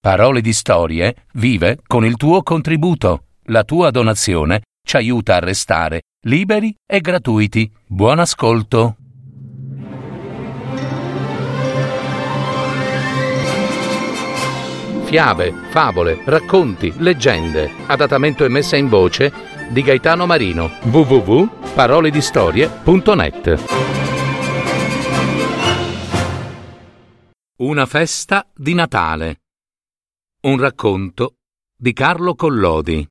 Parole di Storie vive con il tuo contributo. La tua donazione ci aiuta a restare liberi e gratuiti. Buon ascolto. Fiabe, favole, racconti, leggende. Adattamento e messa in voce di Gaetano Marino. www.paroledistorie.net. Una festa di Natale. Un racconto di Carlo Collodi.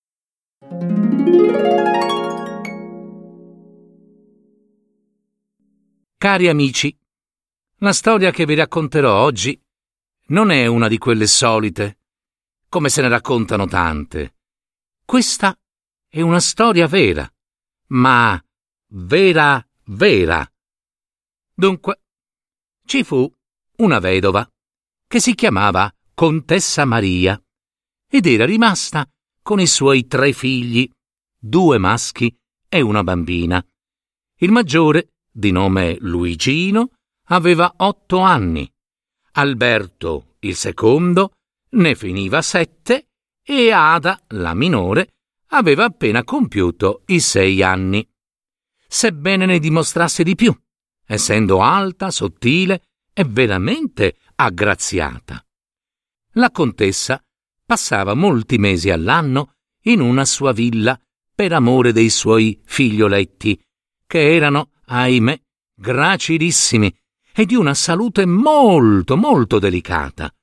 Cari amici, la storia che vi racconterò oggi non è una di quelle solite, come se ne raccontano tante. Questa è una storia vera, ma vera. Dunque, ci fu una vedova che si chiamava Contessa Maria ed era rimasta con i suoi 3 figli, 2 maschi e una bambina. Il maggiore, di nome Luigino, aveva 8 anni. Alberto, il secondo, ne finiva 7 e Ada, la minore, aveva appena compiuto i 6 anni. Sebbene ne dimostrasse di più, essendo alta, sottile e veramente aggraziata. La contessa passava molti mesi all'anno in una sua villa per amore dei suoi figlioletti, che erano, ahimè, gracilissimi e di una salute molto delicata.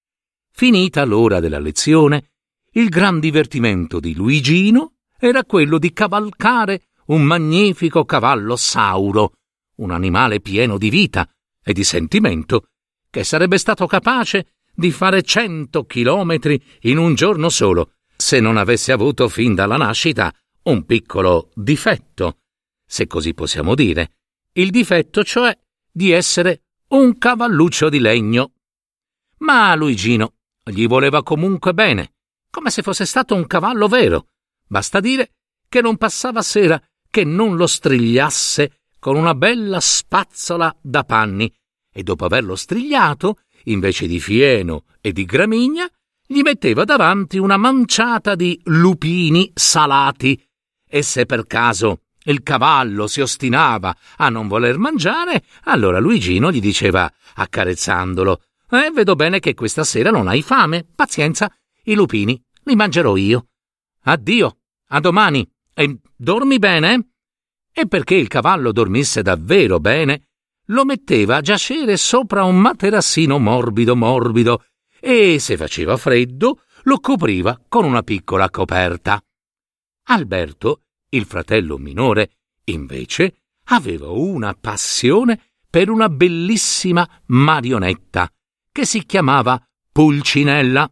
Finita l'ora della lezione, il gran divertimento di Luigino era quello di cavalcare un magnifico cavallo sauro, un animale pieno di vita e di sentimento, che sarebbe stato capace di fare 100 chilometri in un giorno solo, se non avesse avuto fin dalla nascita un piccolo difetto, se così possiamo dire, il difetto cioè di essere un cavalluccio di legno. Ma a Luigino gli voleva comunque bene, come se fosse stato un cavallo vero. Basta dire che non passava sera che non lo strigliasse con una bella spazzola da panni e dopo averlo strigliato, invece di fieno e di gramigna, gli metteva davanti una manciata di lupini salati e se per caso il cavallo si ostinava a non voler mangiare, allora Luigino gli diceva, accarezzandolo, vedo bene che questa sera non hai fame, pazienza, i lupini li mangerò io. Addio, a domani, e dormi bene? E perché il cavallo dormisse davvero bene, lo metteva a giacere sopra un materassino morbido e, se faceva freddo, lo copriva con una piccola coperta. Alberto, il fratello minore, invece, aveva una passione per una bellissima marionetta che si chiamava Pulcinella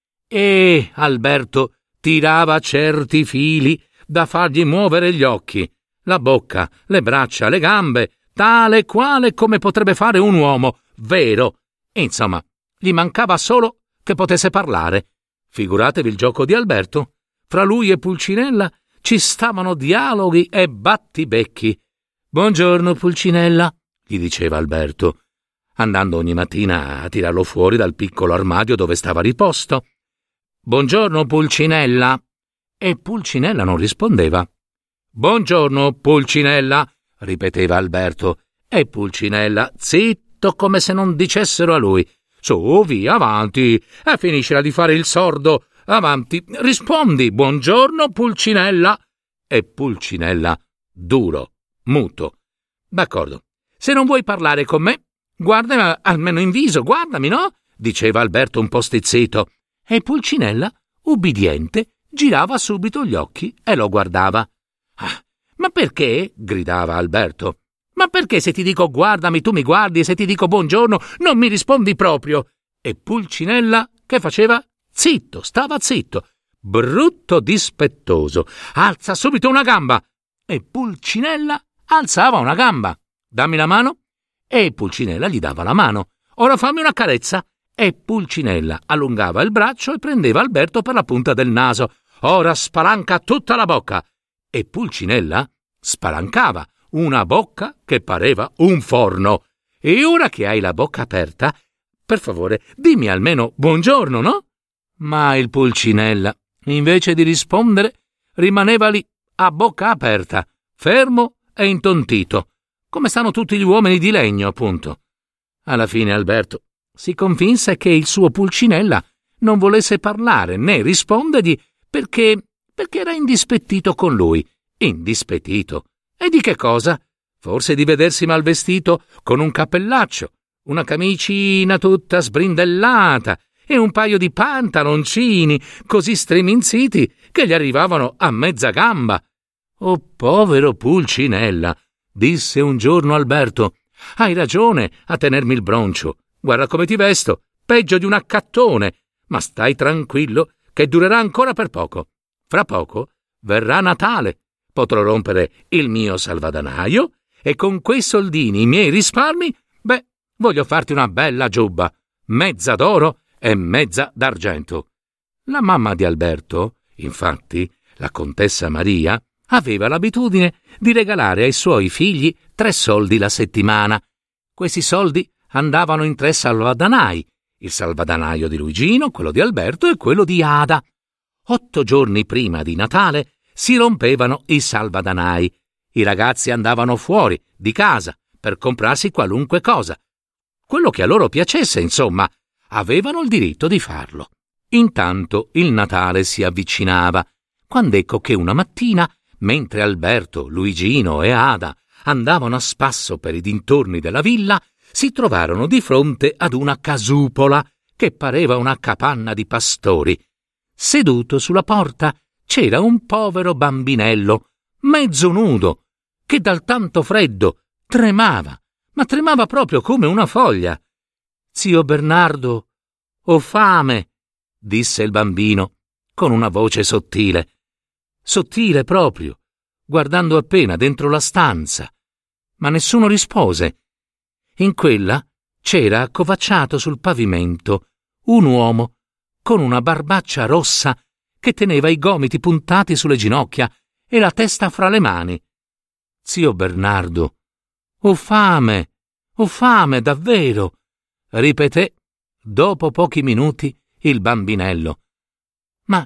e Alberto tirava certi fili da fargli muovere gli occhi, la bocca, le braccia, le gambe, tale e quale come potrebbe fare un uomo vero. Insomma, gli mancava solo che potesse parlare. Figuratevi il gioco di Alberto. Fra lui e Pulcinella ci stavano dialoghi e battibecchi. «Buongiorno, Pulcinella», gli diceva Alberto, andando ogni mattina a tirarlo fuori dal piccolo armadio dove stava riposto. «Buongiorno, Pulcinella». E Pulcinella non rispondeva. «Buongiorno, Pulcinella», ripeteva Alberto, e Pulcinella, zitto come se non dicessero a lui. «Su, via, avanti, e finiscila di fare il sordo. Avanti, rispondi, buongiorno, Pulcinella». E Pulcinella, duro, muto. «D'accordo, se non vuoi parlare con me, guardami almeno in viso, guardami, no?» diceva Alberto un po' stizzito. E Pulcinella, ubbidiente, girava subito gli occhi e lo guardava. «Ah, ma perché?» gridava Alberto. «Ma perché se ti dico guardami tu mi guardi e se ti dico buongiorno non mi rispondi proprio?» E Pulcinella che faceva? Zitto, stava zitto. Brutto dispettoso. «Alza subito una gamba!» E Pulcinella alzava una gamba. «Dammi la mano?» E Pulcinella gli dava la mano. «Ora fammi una carezza!» E Pulcinella allungava il braccio e prendeva Alberto per la punta del naso. «Ora spalanca tutta la bocca!» E Pulcinella spalancava una bocca che pareva un forno. «E ora che hai la bocca aperta, per favore, dimmi almeno buongiorno, no? Ma il Pulcinella, invece di rispondere, rimaneva lì, a bocca aperta, fermo e intontito, come stanno tutti gli uomini di legno, appunto. Alla fine Alberto si convinse che il suo Pulcinella non volesse parlare né rispondergli perché era indispettito con lui. Indispettito. E di che cosa? Forse di vedersi mal vestito con un cappellaccio, una camicina tutta sbrindellata e un paio di pantaloncini così striminziti che gli arrivavano a mezza gamba. «Oh, povero Pulcinella», disse un giorno Alberto, «hai ragione a tenermi il broncio. Guarda come ti vesto, peggio di un accattone. Ma stai tranquillo che durerà ancora per poco. Fra poco verrà Natale. Potrò rompere il mio salvadanaio e con quei soldini, i miei risparmi, voglio farti una bella giubba, mezza d'oro e mezza d'argento». La mamma di Alberto, infatti, la contessa Maria, aveva l'abitudine di regalare ai suoi figli 3 soldi la settimana. Questi soldi andavano in 3 salvadanai, il salvadanaio di Luigino, quello di Alberto e quello di Ada. 8 giorni prima di Natale si rompevano i salvadanai. I ragazzi andavano fuori di casa per comprarsi qualunque cosa. Quello che a loro piacesse, insomma, avevano il diritto di farlo. Intanto il Natale si avvicinava, quando ecco che una mattina, mentre Alberto, Luigino e Ada andavano a spasso per i dintorni della villa, si trovarono di fronte ad una casupola che pareva una capanna di pastori. Seduto sulla porta c'era un povero bambinello, mezzo nudo, che dal tanto freddo tremava, ma tremava proprio come una foglia. «Zio Bernardo, ho fame», disse il bambino, con una voce sottile proprio, guardando appena dentro la stanza. Ma nessuno rispose. In quella c'era accovacciato sul pavimento un uomo con una barbaccia rossa che teneva i gomiti puntati sulle ginocchia e la testa fra le mani. «Zio Bernardo, ho fame davvero», ripeté dopo pochi minuti il bambinello. Ma,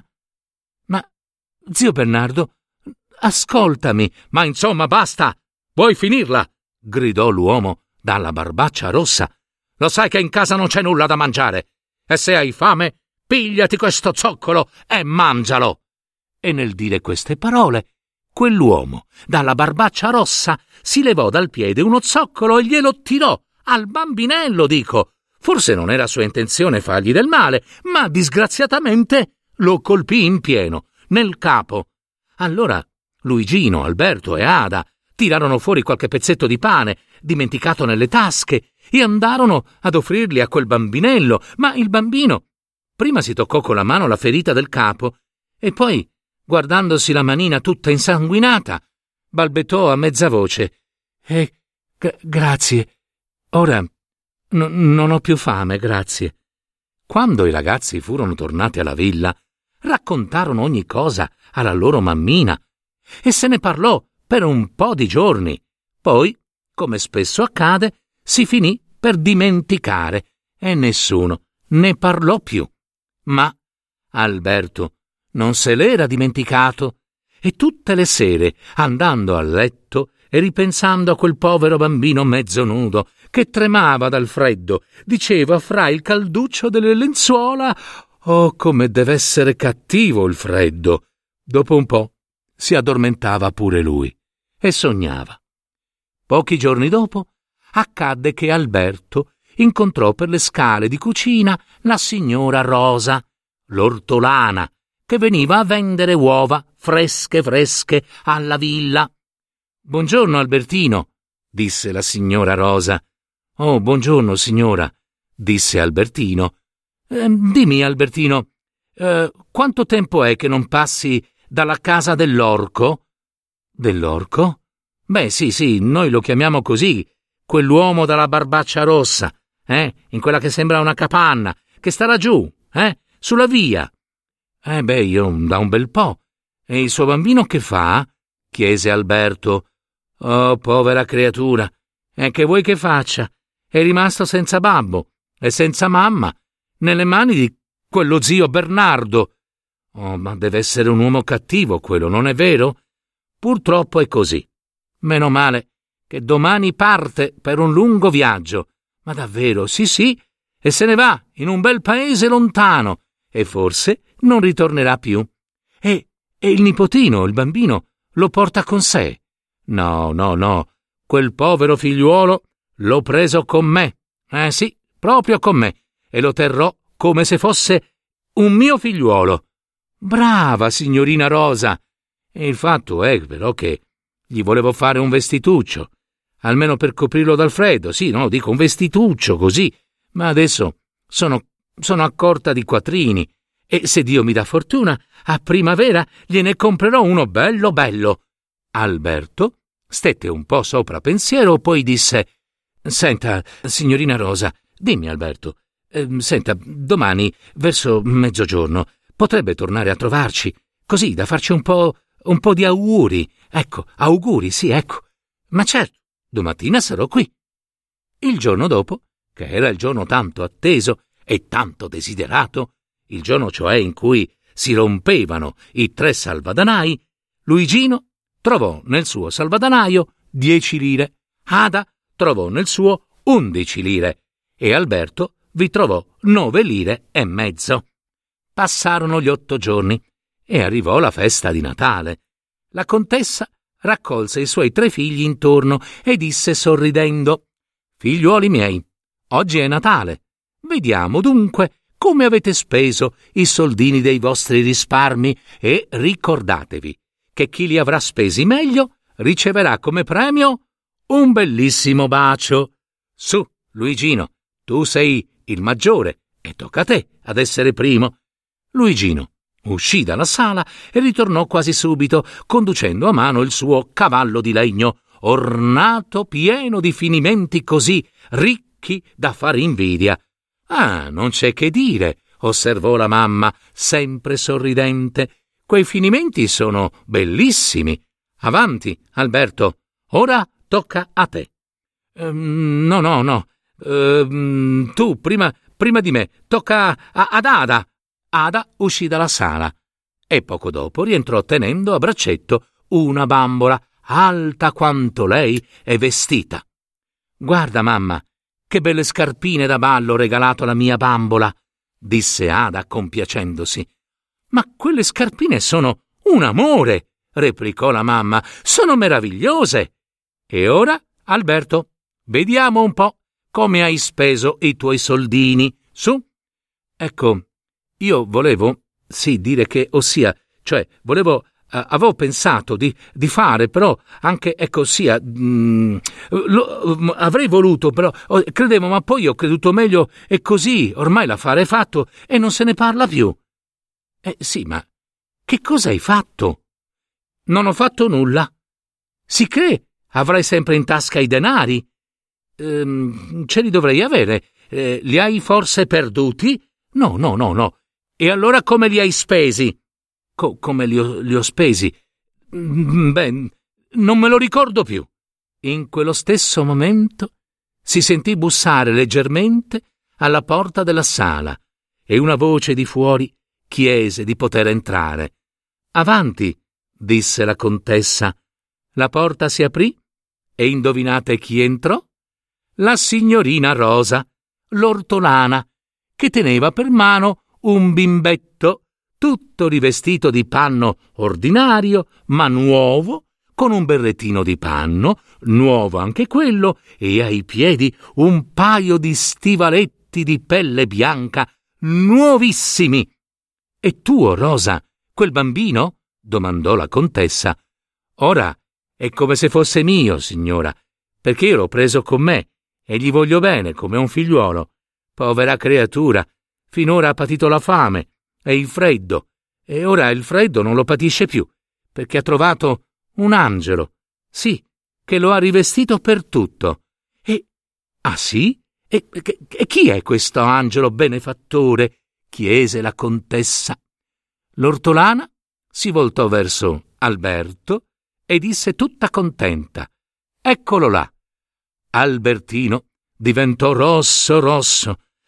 zio Bernardo, ascoltami». «Ma insomma, basta! Vuoi finirla?» gridò l'uomo dalla barbaccia rossa. «Lo sai che in casa non c'è nulla da mangiare. E se hai fame, pigliati questo zoccolo e mangialo». E nel dire queste parole, quell'uomo dalla barbaccia rossa si levò dal piede uno zoccolo e glielo tirò al bambinello, dico. Forse non era sua intenzione fargli del male, ma disgraziatamente lo colpì in pieno, nel capo. Allora Luigino, Alberto e Ada tirarono fuori qualche pezzetto di pane dimenticato nelle tasche e andarono ad offrirli a quel bambinello, ma il bambino prima si toccò con la mano la ferita del capo e poi, guardandosi la manina tutta insanguinata, balbettò a mezza voce: «Grazie, ora non ho più fame, grazie». Quando i ragazzi furono tornati alla villa, raccontarono ogni cosa alla loro mammina e se ne parlò per un po' di giorni. Poi, come spesso accade, si finì per dimenticare e nessuno ne parlò più. Ma Alberto non se l'era dimenticato e tutte le sere, andando a letto e ripensando a quel povero bambino mezzo nudo che tremava dal freddo, diceva fra il calduccio delle lenzuola: «Oh, come deve essere cattivo il freddo!» Dopo un po' si addormentava pure lui e sognava. Pochi giorni dopo accadde che Alberto incontrò per le scale di cucina la signora Rosa, l'ortolana, che veniva a vendere uova fresche alla villa. «Buongiorno, Albertino», disse la signora Rosa. «Oh, buongiorno, signora», disse Albertino. Dimmi, Albertino, quanto tempo è che non passi dalla casa dell'orco?» «Dell'orco?» «Beh, sì, noi lo chiamiamo così, quell'uomo dalla barbaccia rossa, in quella che sembra una capanna, che sta laggiù, sulla via». Io da un bel po'. «E il suo bambino che fa?» chiese Alberto. «Oh, povera creatura, che vuoi che faccia? È rimasto senza babbo e senza mamma, nelle mani di quello zio Bernardo. Oh, ma deve essere un uomo cattivo quello, non è vero? Purtroppo è così. Meno male che domani parte per un lungo viaggio. Ma davvero, sì, e se ne va in un bel paese lontano e forse non ritornerà più. E il nipotino, il bambino, lo porta con sé. No, quel povero figliuolo l'ho preso con me. Sì, proprio con me, e lo terrò come se fosse un mio figliuolo. Brava, signorina Rosa. E il fatto è però che gli volevo fare un vestituccio, almeno per coprirlo dal freddo, sì, no, dico un vestituccio così, ma adesso sono a corta di quattrini e se Dio mi dà fortuna, a primavera gliene comprerò uno bello bello. Alberto stette un po' sopra pensiero, poi disse: «Senta, signorina Rosa, dimmi Alberto, senta, domani verso mezzogiorno potrebbe tornare a trovarci, così da farci un po' di auguri. Ecco, auguri, sì, ecco. Ma certo, domattina sarò qui». Il giorno dopo, che era il giorno tanto atteso e tanto desiderato, il giorno cioè in cui si rompevano i 3 salvadanai, Luigino trovò nel suo salvadanaio 10 lire, Ada trovò nel suo 11 lire e Alberto vi trovò 9 lire e mezzo. Passarono gli 8 giorni e arrivò la festa di Natale. La contessa raccolse i suoi 3 figli intorno e disse sorridendo: «Figliuoli miei, oggi è Natale. Vediamo dunque come avete speso i soldini dei vostri risparmi e ricordatevi che chi li avrà spesi meglio riceverà come premio un bellissimo bacio. Su, Luigino, tu sei il maggiore e tocca a te ad essere primo». Luigino uscì dalla sala e ritornò quasi subito, conducendo a mano il suo cavallo di legno, ornato pieno di finimenti così ricchi da fare invidia. «Ah, non c'è che dire», osservò la mamma, sempre sorridente. «Quei finimenti sono bellissimi. Avanti, Alberto, ora tocca a te». No. Tu, prima di me, tocca ad Ada». Ada uscì dalla sala e poco dopo rientrò tenendo a braccetto una bambola alta quanto lei e vestita. «Guarda, mamma, che belle scarpine da ballo ho regalato alla mia bambola», disse Ada compiacendosi. «Ma quelle scarpine sono un amore», replicò la mamma, «sono meravigliose. E ora, Alberto, vediamo un po' come hai speso i tuoi soldini. Su». «Ecco, io volevo, sì, dire che, avevo pensato di fare, però anche, ecco, avrei voluto, però credevo, ma poi ho creduto meglio e così, ormai l'affare è fatto e non se ne parla più». «Sì, ma che cosa hai fatto?» «Non ho fatto nulla». «Sicché avrai sempre in tasca i denari?» Ce li dovrei avere. Li hai forse perduti?» No. «E allora come li hai spesi?» Come li ho spesi? Beh, non me lo ricordo più». In quello stesso momento si sentì bussare leggermente alla porta della sala e una voce di fuori chiese di poter entrare. «Avanti», disse la contessa. La porta si aprì e indovinate chi entrò? La signorina Rosa, l'ortolana, che teneva per mano un bimbetto tutto rivestito di panno ordinario, ma nuovo, con un berrettino di panno, nuovo anche quello, e ai piedi un paio di stivaletti di pelle bianca, nuovissimi. «E tuo, Rosa, quel bambino?» domandò la contessa. «Ora è come se fosse mio, signora, perché io l'ho preso con me e gli voglio bene come un figliuolo. Povera creatura, finora ha patito la fame e il freddo, e ora il freddo non lo patisce più, perché ha trovato un angelo, sì, che lo ha rivestito per tutto. Ah sì? E chi è questo angelo benefattore?» chiese la contessa. L'ortolana si voltò verso Alberto e disse tutta contenta: «Eccolo là». Albertino diventò rosso,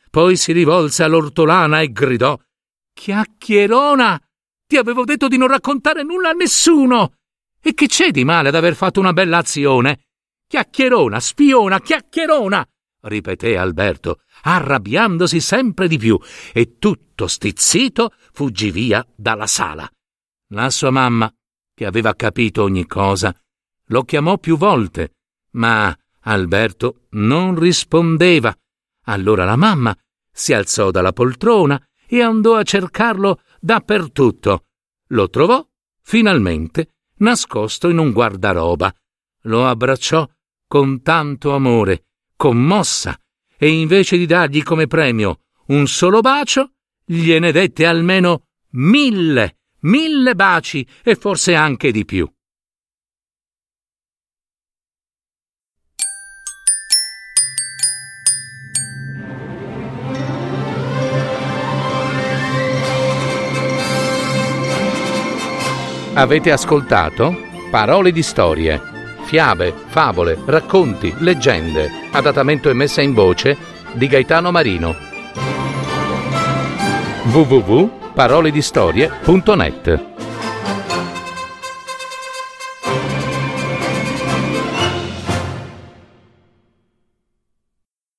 poi si rivolse all'ortolana e gridò: «Chiacchierona! Ti avevo detto di non raccontare nulla a nessuno! E che c'è di male ad aver fatto una bella azione? Chiacchierona, spiona, chiacchierona!» ripeté Alberto, arrabbiandosi sempre di più, e tutto stizzito fuggì via dalla sala. La sua mamma, che aveva capito ogni cosa, lo chiamò più volte, ma Alberto non rispondeva. Allora la mamma si alzò dalla poltrona e andò a cercarlo dappertutto. Lo trovò, finalmente, nascosto in un guardaroba. Lo abbracciò con tanto amore, commossa, e invece di dargli come premio un solo bacio, gliene dette almeno 1000 baci e forse anche di più. Avete ascoltato Parole di storie, fiabe, favole, racconti, leggende, adattamento e messa in voce di Gaetano Marino. www.paroledistorie.net